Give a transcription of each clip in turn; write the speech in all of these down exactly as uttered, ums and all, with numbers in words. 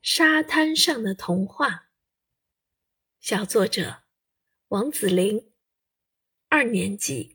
沙滩上的童话，小作者王子霖，二年级。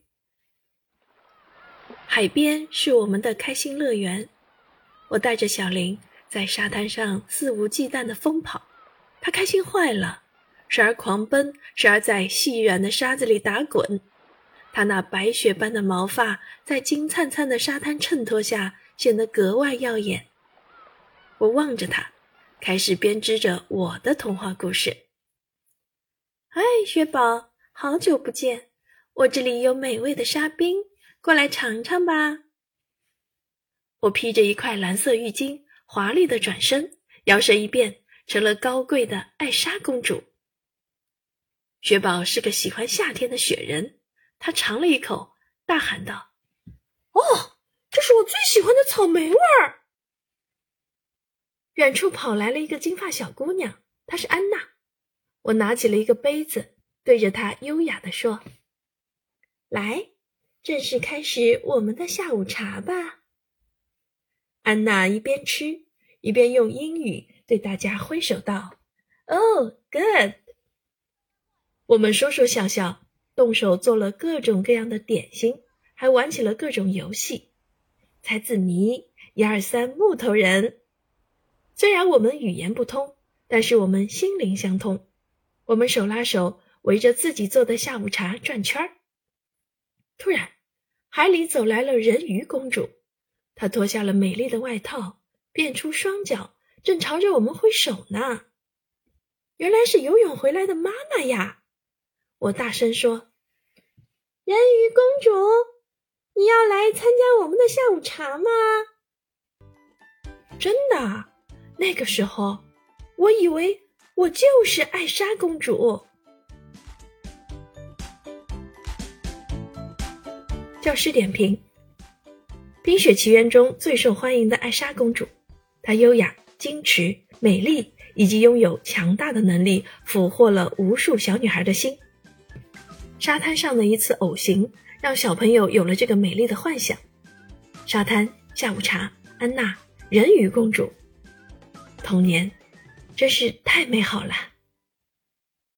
海边是我们的开心乐园，我带着小林在沙滩上肆无忌惮地疯跑，他开心坏了，时而狂奔，时而在细软的沙子里打滚。他那白雪般的毛发在金灿灿的沙滩衬托下显得格外耀眼。我望着他，开始编织着我的童话故事。哎，雪宝，好久不见，我这里有美味的沙冰，过来尝尝吧。我披着一块蓝色浴巾，华丽的转身，摇身一变成了高贵的艾莎公主。雪宝是个喜欢夏天的雪人，她尝了一口，大喊道：哦，这是我最喜欢的草莓味儿。远处跑来了一个金发小姑娘，她是安娜。我拿起了一个杯子，对着她优雅地说：来，正式开始我们的下午茶吧。安娜一边吃，一边用英语对大家挥手道： Oh, good。 我们说说笑笑，动手做了各种各样的点心，还玩起了各种游戏，猜字谜，一二三木头人。虽然我们语言不通，但是我们心灵相通。我们手拉手，围着自己做的下午茶转圈儿。突然，海里走来了人鱼公主，她脱下了美丽的外套，变出双脚，正朝着我们挥手呢。原来是游泳回来的妈妈呀！我大声说：人鱼公主，你要来参加我们的下午茶吗？真的，那个时候我以为我就是艾莎公主。教师点评：冰雪奇缘中最受欢迎的艾莎公主，她优雅、矜持、美丽，以及拥有强大的能力，俘获了无数小女孩的心。沙滩上的一次偶行，让小朋友有了这个美丽的幻想。沙滩、下午茶、安娜、人鱼公主，童年真是太美好了。